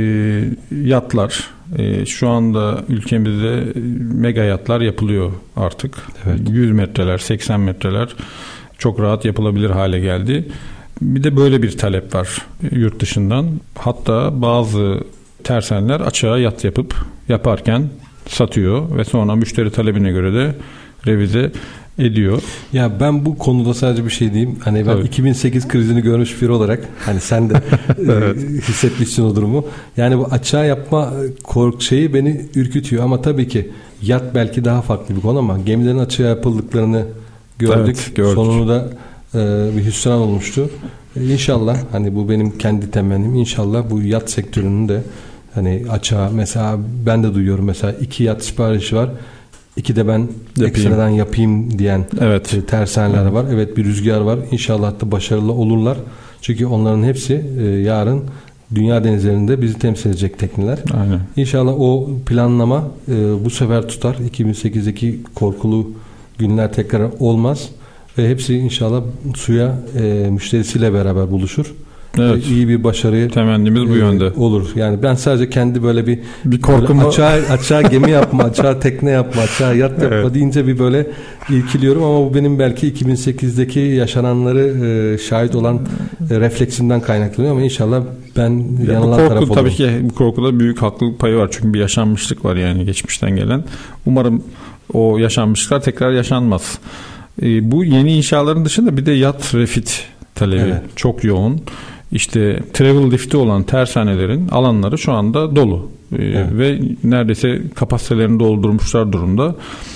yatlar. Şu anda ülkemizde mega yatlar yapılıyor artık. Evet. 100 metreler, 80 metreler çok rahat yapılabilir hale geldi. Bir de böyle bir talep var yurt dışından. Hatta bazı tersaneler açığa yat yaparken satıyor ve sonra müşteri talebine göre de revize ediyor. Ya ben bu konuda sadece bir şey diyeyim. Hani ben 2008 krizini görmüş biri olarak, hani sen de hissetmişsin o durumu. Yani bu açığa yapma şeyi beni ürkütüyor ama tabii ki yat belki daha farklı bir konu ama gemilerin açığa yapıldıklarını gördük. Evet, gördük. Sonunu da bir hüsran olmuştu. İnşallah, hani bu benim kendi temennim, İnşallah bu yat sektörünün de hani açığa, mesela ben de duyuyorum, mesela 2 yat siparişi var. 2 de ben ekstradan yapayım diyen tersaneler var. Evet, bir rüzgar var. İnşallah da başarılı olurlar. Çünkü onların hepsi yarın dünya denizlerinde bizi temsil edecek tekneler. Aynen. İnşallah o planlama bu sefer tutar. 2008'deki korkulu günler tekrar olmaz. Ve hepsi inşallah suya müşterisiyle beraber buluşur. Evet. İyi bir başarı temennimiz bu yönde olur. Yani ben sadece kendi böyle bir korkumu, açığa gemi yapma, açığa tekne yapma, açığa yat yapma deyince bir böyle irkiliyorum ama bu benim belki 2008'deki yaşananları şahit olan refleksimden kaynaklanıyor ama inşallah ben yanılan taraf olurum. Tabii ki bu korkuda büyük haklılık payı var çünkü bir yaşanmışlık var yani geçmişten gelen. Umarım o yaşanmışlıklar tekrar yaşanmaz. Bu yeni inşaların dışında bir de yat refit talebi çok yoğun. İşte travel lift'i olan tersanelerin alanları şu anda dolu ve neredeyse kapasitelerini doldurmuşlar durumda.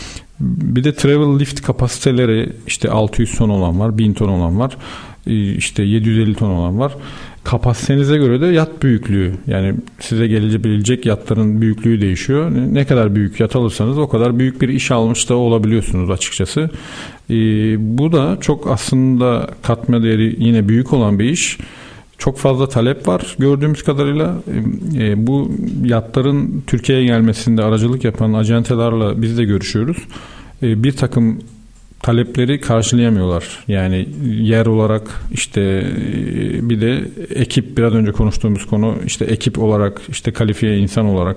Bir de travel lift kapasiteleri işte 600 ton olan var, 1000 ton olan var, işte 750 ton olan var. Kapasitenize göre de yat büyüklüğü, yani size gelebilecek yatların büyüklüğü değişiyor. Ne kadar büyük yat alırsanız o kadar büyük bir iş almış da olabiliyorsunuz açıkçası. Bu da çok aslında katma değeri yine büyük olan bir iş. Çok fazla talep var gördüğümüz kadarıyla. Bu yatların Türkiye'ye gelmesinde aracılık yapan acentelerle biz de görüşüyoruz. Bir takım talepleri karşılayamıyorlar. Yani yer olarak işte bir de ekip, biraz önce konuştuğumuz konu, işte ekip olarak, işte kalifiye insan olarak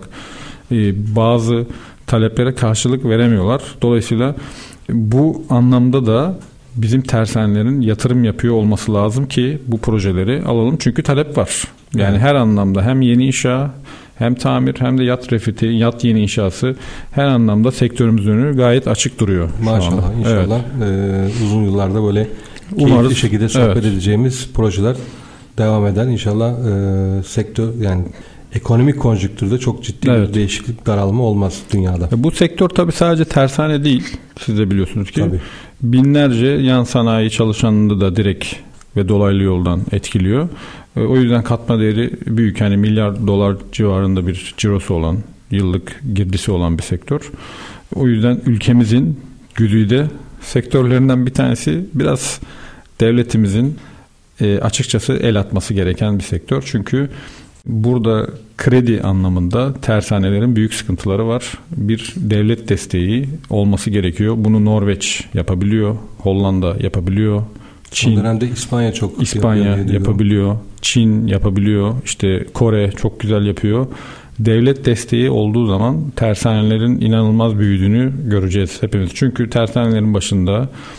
bazı taleplere karşılık veremiyorlar. Dolayısıyla bu anlamda da bizim tersanelerin yatırım yapıyor olması lazım ki bu projeleri alalım. Çünkü talep var. Yani her anlamda, hem yeni inşa, hem tamir, hem de yat refiti, yat yeni inşası, her anlamda sektörümüzün önü gayet açık duruyor. Maşallah, inşallah uzun yıllarda böyle keyifli şekilde sohbet edeceğimiz projeler devam eder. İnşallah sektör, yani ekonomik konjüktürde çok ciddi bir değişiklik, daralma olmaz dünyada. Bu sektör tabii sadece tersane değil. Siz de biliyorsunuz ki binlerce yan sanayi çalışanını da direkt ve dolaylı yoldan etkiliyor. O yüzden katma değeri büyük. Yani milyar dolar civarında bir cirosu olan, yıllık girdisi olan bir sektör. O yüzden ülkemizin güzide sektörlerinden bir tanesi, biraz devletimizin açıkçası el atması gereken bir sektör. Çünkü burada kredi anlamında tersanelerin büyük sıkıntıları var. Bir devlet desteği olması gerekiyor. Bunu Norveç yapabiliyor, Hollanda yapabiliyor, Çin, o dönemde İspanya yapabiliyor, Çin yapabiliyor, işte Kore çok güzel yapıyor. Devlet desteği olduğu zaman tersanelerin inanılmaz büyüdüğünü göreceğiz hepimiz. Çünkü tersanelerin başında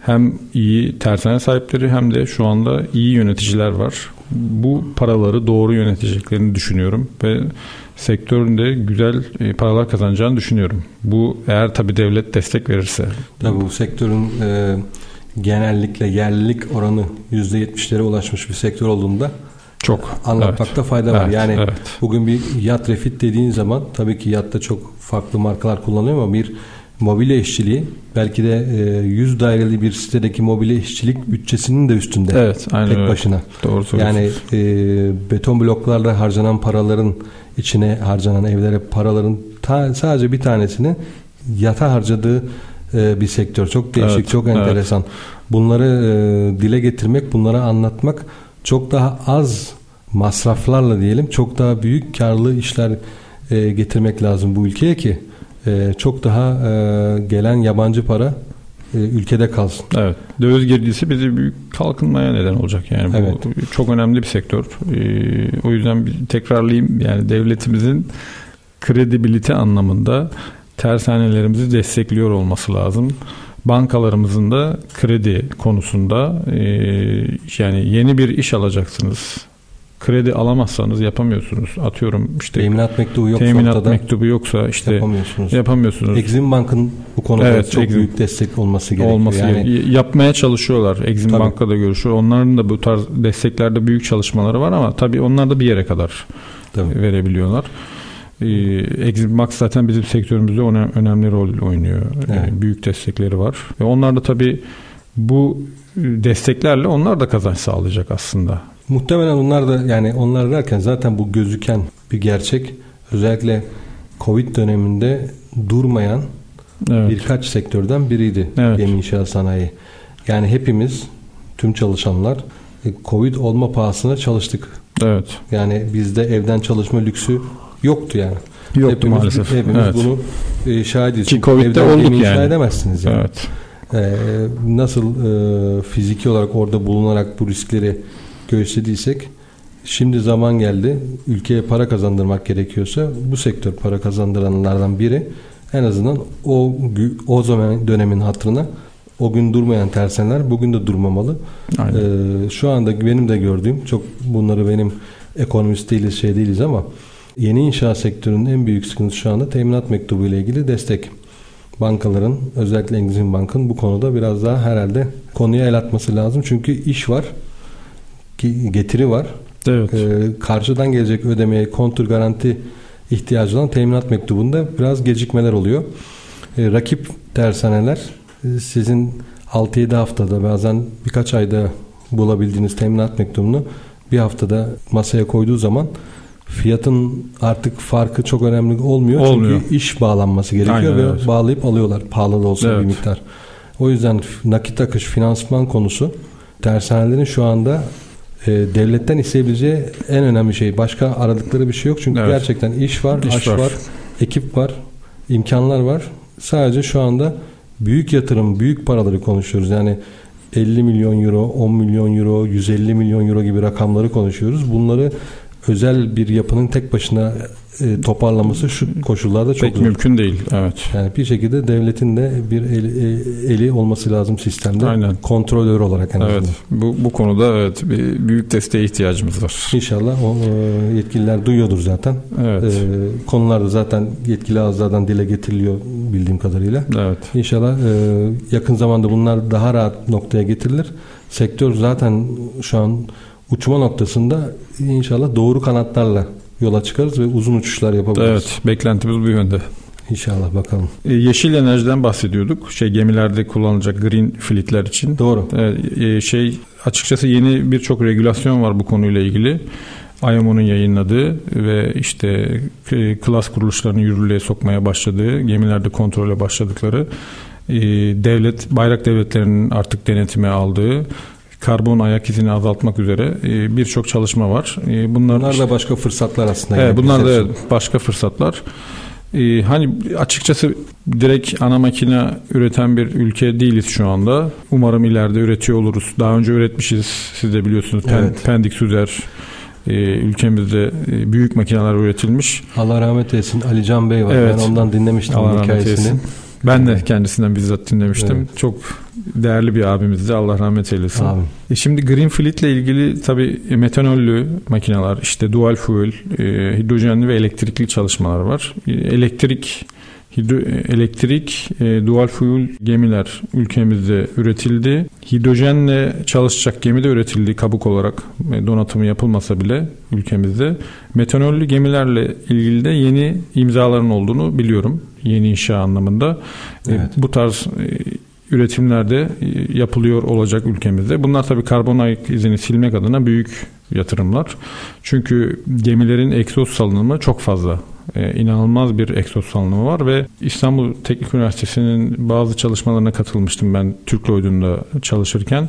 hem iyi tersane sahipleri hem de şu anda iyi yöneticiler var. Bu paraları doğru yöneteceklerini düşünüyorum ve sektöründe güzel paralar kazanacağını düşünüyorum. Bu eğer tabii devlet destek verirse. Tabii bu sektörün genellikle yerlilik oranı %70'lere ulaşmış bir sektör olduğunda çok anlatmakta fayda var. Evet, yani evet. bugün bir yat refit dediğin zaman tabii ki yatta çok farklı markalar kullanılıyor ama bir mobilya işçiliği belki de 100 daireli bir sitedeki mobilya işçilik bütçesinin de üstünde. Evet, aynen tek öyle. başına. Doğru söylüyorsunuz. Yani beton bloklarla harcanan paraların içine harcanan evlere paraların sadece bir tanesini yata harcadığı bir sektör. Çok değişik, evet, çok enteresan. Evet. Bunları dile getirmek, bunları anlatmak çok daha az masraflarla diyelim çok daha büyük karlı işler getirmek lazım bu ülkeye ki çok daha gelen yabancı para ülkede kalsın. Evet. Döviz girdisi bizi büyük kalkınmaya neden olacak yani. Evet. Bu çok önemli bir sektör. O yüzden tekrarlayayım yani devletimizin kredibilite anlamında tersanelerimizi destekliyor olması lazım. Bankalarımızın da kredi konusunda yani yeni bir iş alacaksınız. Kredi alamazsanız yapamıyorsunuz. Atıyorum işte teminat mektubu yoksa işte yapamıyorsunuz. Exim Bank'ın bu konuda çok büyük destek olması gerekiyor. Yapmaya çalışıyorlar. Exim Bank'la da görüşüyor. Onların da bu tarz desteklerde büyük çalışmaları var ama tabii onlar da bir yere kadar verebiliyorlar. Exim Bank zaten bizim sektörümüzde önemli rol oynuyor. Evet. Büyük destekleri var. Ve onlar da tabii bu desteklerle onlar da kazanç sağlayacak aslında. Muhtemelen onlar da yani onlar derken zaten bu gözüken bir gerçek. Özellikle Covid döneminde durmayan birkaç sektörden biriydi gemi inşaat sanayi. Yani hepimiz, tüm çalışanlar Covid olma pahasına çalıştık. Evet. Yani bizde evden çalışma lüksü yoktu yani. Yoktu maalesef. Hepimiz bunu şahidiz. Ki Covid'de olduk yani. İnşa edemezsiniz yani. Evet. Nasıl fiziki olarak orada bulunarak bu riskleri göğüslediysek şimdi zaman geldi. Ülkeye para kazandırmak gerekiyorsa bu sektör para kazandıranlardan biri. En azından o zaman dönemin hatırına o gün durmayan tersaneler bugün de durmamalı. Şu anda benim de gördüğüm çok bunları benim ekonomist değiliz ama yeni inşaat sektörünün en büyük sıkıntısı şu anda teminat mektubu ile ilgili destek. Bankaların özellikle Exim Bank'ın bu konuda biraz daha herhalde konuya el atması lazım. Çünkü iş var, getiri var. Evet. Karşıdan gelecek ödemeye kontur garanti ihtiyacı olan teminat mektubunda biraz gecikmeler oluyor. Rakip tersaneler sizin 6-7 haftada bazen birkaç ayda bulabildiğiniz teminat mektubunu bir haftada masaya koyduğu zaman fiyatın artık farkı çok önemli olmuyor. Çünkü iş bağlanması gerekiyor. Aynen, ve bağlayıp alıyorlar pahalı da olsa bir miktar. O yüzden nakit akış, finansman konusu tersanelerin şu anda devletten isteyebileceği en önemli şey. Başka aradıkları bir şey yok. Çünkü gerçekten iş var, aş var, ekip var, imkanlar var. Sadece şu anda büyük yatırım, büyük paraları konuşuyoruz. Yani 50 milyon euro, 10 milyon euro, 150 milyon euro gibi rakamları konuşuyoruz. Bunları özel bir yapının tek başına toparlaması şu koşullarda çok pek mümkün değil. Evet. Yani bir şekilde devletin de bir eli olması lazım sistemde. Aynen. Kontrolör olarak en azından. Evet. Bu konuda bir büyük desteğe ihtiyacımız var. İnşallah o yetkililer duyuyordur zaten. Evet. Konularda zaten yetkili ağızlardan dile getiriliyor bildiğim kadarıyla. Evet. İnşallah yakın zamanda bunlar daha rahat noktaya getirilir. Sektör zaten şu an uçma noktasında, inşallah doğru kanatlarla yola çıkarız ve uzun uçuşlar yapabiliriz. Evet, beklentimiz bu yönde. İnşallah, bakalım. Yeşil enerjiden bahsediyorduk. Gemilerde kullanılacak green fleetler için. Doğru. Açıkçası yeni birçok regülasyon var bu konuyla ilgili. IMO'nun yayınladığı ve işte klas kuruluşlarını yürürlüğe sokmaya başladığı, gemilerde kontrole başladıkları, bayrak devletlerinin artık denetime aldığı, karbon ayak izini azaltmak üzere birçok çalışma var. Bunlar da başka fırsatlar aslında. Evet, bunlar da başka fırsatlar. Hani açıkçası direkt ana makine üreten bir ülke değiliz şu anda. Umarım ileride üretiyor oluruz. Daha önce üretmişiz. Siz de biliyorsunuz. Evet. Pendik Süzer ülkemizde büyük makineler üretilmiş. Allah rahmet eylesin. Ali Can Bey var. Evet. Ben ondan dinlemiştim Allah hikayesini. Ben de kendisinden bizzat dinlemiştim. Evet. Çok değerli bir abimizdi. Allah rahmet eylesin. Şimdi Green Fleet ile ilgili tabii metanollü makineler, işte dual fuel, hidrojenli ve elektrikli çalışmalar var. Elektrik, dual fuel gemiler ülkemizde üretildi. Hidrojenle çalışacak gemi de üretildi kabuk olarak, donatımı yapılmasa bile ülkemizde. Metanollü gemilerle ilgili de yeni imzaların olduğunu biliyorum. Yeni inşa anlamında. Evet. Bu tarz üretimler de yapılıyor olacak ülkemizde. Bunlar tabii karbon ayak izini silmek adına büyük yatırımlar. Çünkü gemilerin egzoz salınımı çok fazla. İnanılmaz bir egzoz salınımı var ve İstanbul Teknik Üniversitesi'nin bazı çalışmalarına katılmıştım ben TÜRKLOYD'unda çalışırken.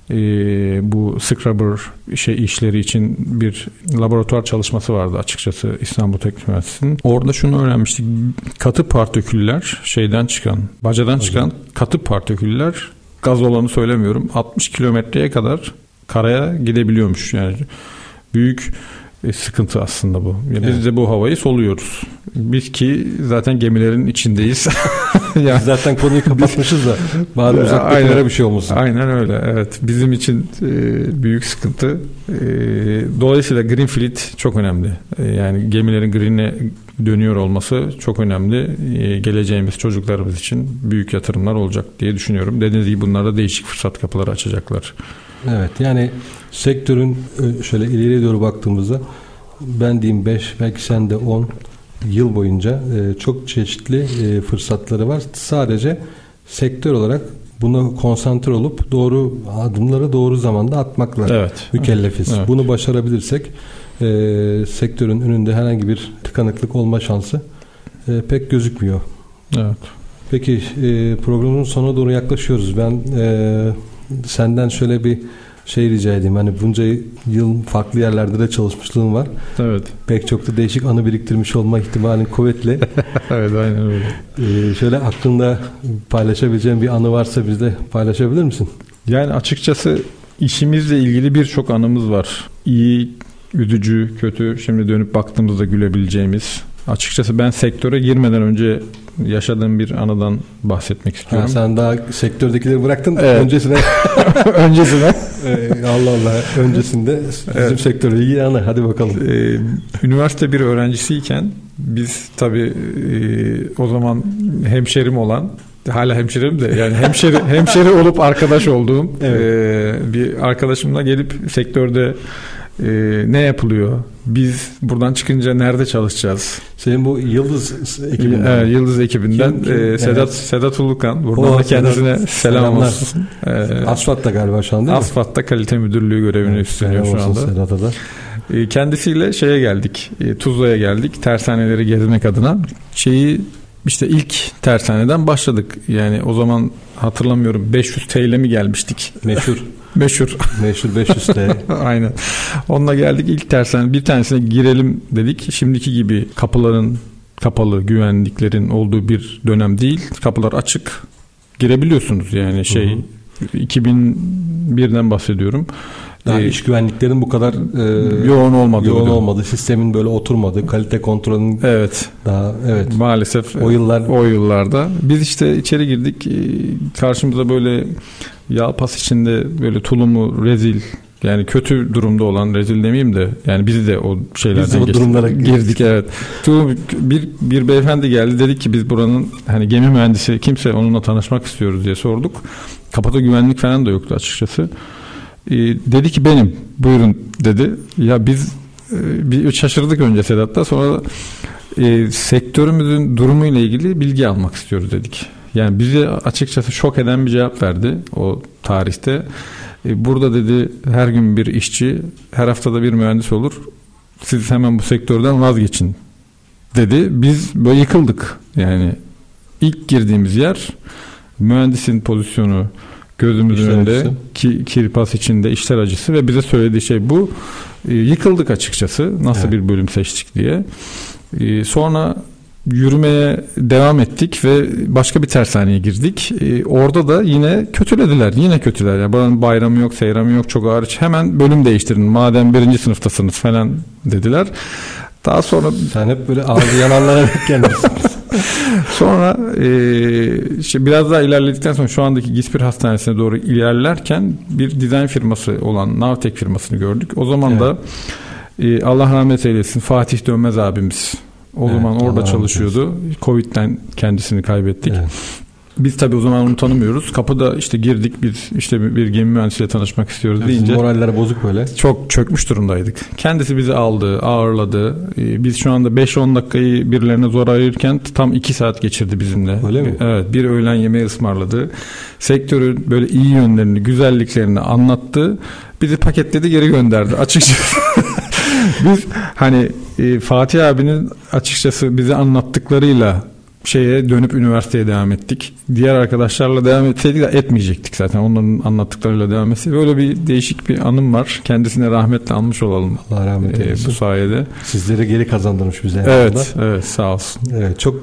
Bu scrubber işleri için bir laboratuvar çalışması vardı açıkçası İstanbul Teknik Üniversitesi'nin. Orada şunu öğrenmiştik. Katı partiküller bacadan çıkan katı partiküller, gaz olanı söylemiyorum, 60 kilometreye kadar karaya gidebiliyormuş. Yani büyük sıkıntı aslında bu. Yani evet. Biz de bu havayı soluyoruz. Biz ki zaten gemilerin içindeyiz. Yani zaten konuyu kapatmışız da bari uzaktakilere bir şey olmasın. Aynen öyle. Evet. Bizim için büyük sıkıntı. Dolayısıyla Green Fleet çok önemli. Yani gemilerin green'e dönüyor olması çok önemli. Geleceğimiz çocuklarımız için büyük yatırımlar olacak diye düşünüyorum. Dediğiniz gibi bunlar da değişik fırsat kapıları açacaklar. Evet, yani sektörün şöyle ileriye doğru baktığımızda ben diyeyim 5, belki sen de 10 yıl boyunca çok çeşitli fırsatları var. Sadece sektör olarak buna konsantre olup doğru adımları doğru zamanda atmakla mükellefiz. Evet. Bunu başarabilirsek sektörün önünde herhangi bir tıkanıklık olma şansı pek gözükmüyor. Evet. Peki programın sonuna doğru yaklaşıyoruz. Ben senden şöyle bir şey rica edeyim. Hani bunca yıl farklı yerlerde de çalışmışlığın var. Evet. Pek çok da değişik anı biriktirmiş olma ihtimalin kuvvetli. Evet, aynen öyle. Şöyle aklında paylaşabileceğin bir anı varsa bizle paylaşabilir misin? Yani açıkçası işimizle ilgili birçok anımız var. İyi, üzücü, kötü. Şimdi dönüp baktığımızda gülebileceğimiz. Açıkçası ben sektöre girmeden önce yaşadığım bir anıdan bahsetmek istiyorum. Sen daha sektördekileri bıraktın. Evet. Öncesine. Allah Allah. Öncesinde bizim sektörle ilgili anı. Hadi bakalım. Üniversite bir öğrencisiyken biz tabii o zaman hemşerim olan, hala hemşerim de yani hemşeri olup arkadaş olduğum bir arkadaşımla gelip sektörde ne yapılıyor? Biz buradan çıkınca nerede çalışacağız? Senin bu Yıldız ekibinden. Evet, Yıldız ekibinden Sedat Ulukan. Buradan da kendisine selam olsun. Asfat'ta galiba şu anda. Asfat'ta kalite müdürlüğü görevini üstleniyor şu anda. Sedat'a da. Kendisiyle şeye geldik. Tuzla'ya geldik. Tersaneleri gezmek adına. İşte ilk tersaneden başladık. Yani o zaman hatırlamıyorum, 500 TL mi gelmiştik? Meşhur 500 TL. Aynen. Onunla geldik ilk tersane. Bir tanesine girelim dedik. Şimdiki gibi kapıların kapalı, güvenliklerin olduğu bir dönem değil. Kapılar açık. Girebiliyorsunuz yani 2001'den bahsediyorum. Yani iş güvenliklerin bu kadar yoğun olmadı. Sistemin böyle oturmadı. Kalite kontrolünün maalesef o yıllarda biz işte içeri girdik. Karşımıza böyle yalpas içinde böyle tulumu rezil, yani kötü durumda olan, rezil demeyeyim de yani biz de o şeylerden durumlara girdik. Evet. Bir beyefendi geldi, dedik ki biz buranın hani gemi mühendisi kimse, onunla tanışmak istiyoruz diye sorduk. Kapıda güvenlik falan da yoktu açıkçası. Dedi ki benim, buyurun dedi. Ya biz bir şaşırdık önce Sedat'ta, sonra sektörümüzün durumuyla ilgili bilgi almak istiyoruz dedik. Yani bizi açıkçası şok eden bir cevap verdi o tarihte. Burada dedi her gün bir işçi, her haftada bir mühendis olur. Siz hemen bu sektörden vazgeçin dedi. Biz böyle yıkıldık. Yani ilk girdiğimiz yer, mühendisin pozisyonu gözümüzün önünde, kirpas içinde, işler acısı ve bize söylediği şey bu. Yıkıldık açıkçası. Nasıl bir bölüm seçtik diye. Sonra yürümeye devam ettik ve başka bir tersaneye girdik. Orada da yine kötülediler. Yine kötüler. Yani buranın bayramı yok, seyramı yok, çok hariç. Hemen bölüm değiştirin. Madem 1. sınıftasınız falan dediler. Daha sonra sen hep böyle ağzı yananlara denk gelmişsin. Sonra işte biraz daha ilerledikten sonra şu andaki Gispir Hastanesi'ne doğru ilerlerken bir dizayn firması olan Navtek firmasını gördük. O zaman da Allah rahmet eylesin Fatih Dönmez abimiz o zaman orada çalışıyordu. Covid'den kendisini kaybettik. Evet. Biz tabii o zaman onu tanımıyoruz. Kapıda işte girdik, biz işte bir gemi mühendisiyle tanışmak istiyoruz deyince moraller bozuk böyle. Çok çökmüş durumdaydık. Kendisi bizi aldı, ağırladı. Biz şu anda 5-10 dakikayı birilerine zor ayırırken tam 2 saat geçirdi bizimle. Öyle mi? Evet, bir öğlen yemeği ısmarladı. Sektörün böyle iyi yönlerini, güzelliklerini anlattı. Bizi paketledi, geri gönderdi. Açıkçası biz hani Fatih abinin açıkçası bize anlattıklarıyla dönüp üniversiteye devam ettik. Diğer arkadaşlarla devam etseydik de etmeyecektik zaten. Onların anlattıklarıyla devam etse. Böyle bir değişik bir anım var. Kendisine rahmetle anmış olalım. Allah rahmet eylesin. Bu sayede. Sizlere geri kazandırmış bize. Evet, evet, sağ olsun. Evet, çok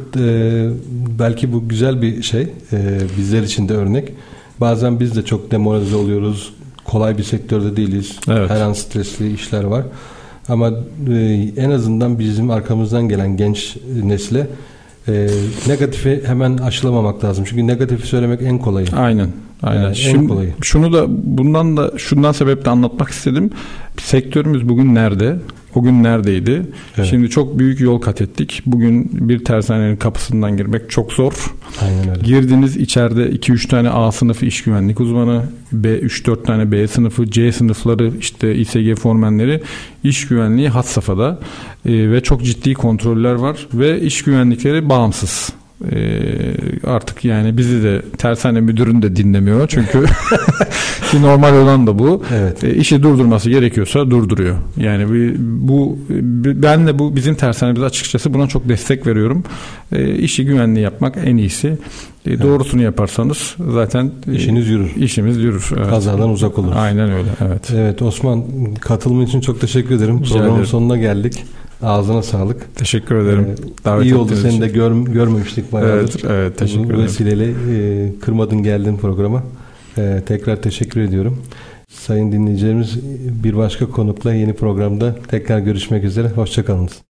belki bu güzel bir şey. Bizler için de örnek. Bazen biz de çok demoralize oluyoruz. Kolay bir sektörde değiliz. Evet. Her an stresli işler var. Ama en azından bizim arkamızdan gelen genç nesle negatifi hemen aşılamamak lazım. Çünkü negatifi söylemek en kolayı. Aynen. Yani en kolayı. Şunu da şundan sebeple anlatmak istedim. Sektörümüz bugün nerede? O gün neredeydi? Evet. Şimdi çok büyük yol kat ettik. Bugün bir tersanenin kapısından girmek çok zor. Aynen öyle. Girdiniz, içeride 2-3 tane A sınıfı iş güvenlik uzmanı, 3-4 tane B sınıfı, C sınıfları, işte İSG formenleri, iş güvenliği had safhada ve çok ciddi kontroller var ve iş güvenlikleri bağımsız. Artık yani bizi de tersane müdürünü de dinlemiyor çünkü ki normal olan da bu. Evet. İşi durdurması gerekiyorsa durduruyor. Yani ben de bu bizim tersanemiz açıkçası buna çok destek veriyorum. İşi güvenli yapmak en iyisi. Doğrusunu yaparsanız zaten işiniz yürür. İşimiz yürür. Evet. Kazadan uzak olur. Aynen öyle. Evet. Evet Osman, katılımın için çok teşekkür ederim. Programın sonuna geldik. Ağzına sağlık. Teşekkür ederim. İyi oldu, seni de görmemiştik bayağıdır. Evet, teşekkür ederim. Bu vesileyle kırmadın geldin programa. Tekrar teşekkür ediyorum. Sayın dinleyicilerimiz, bir başka konukla yeni programda tekrar görüşmek üzere. Hoşça kalınız.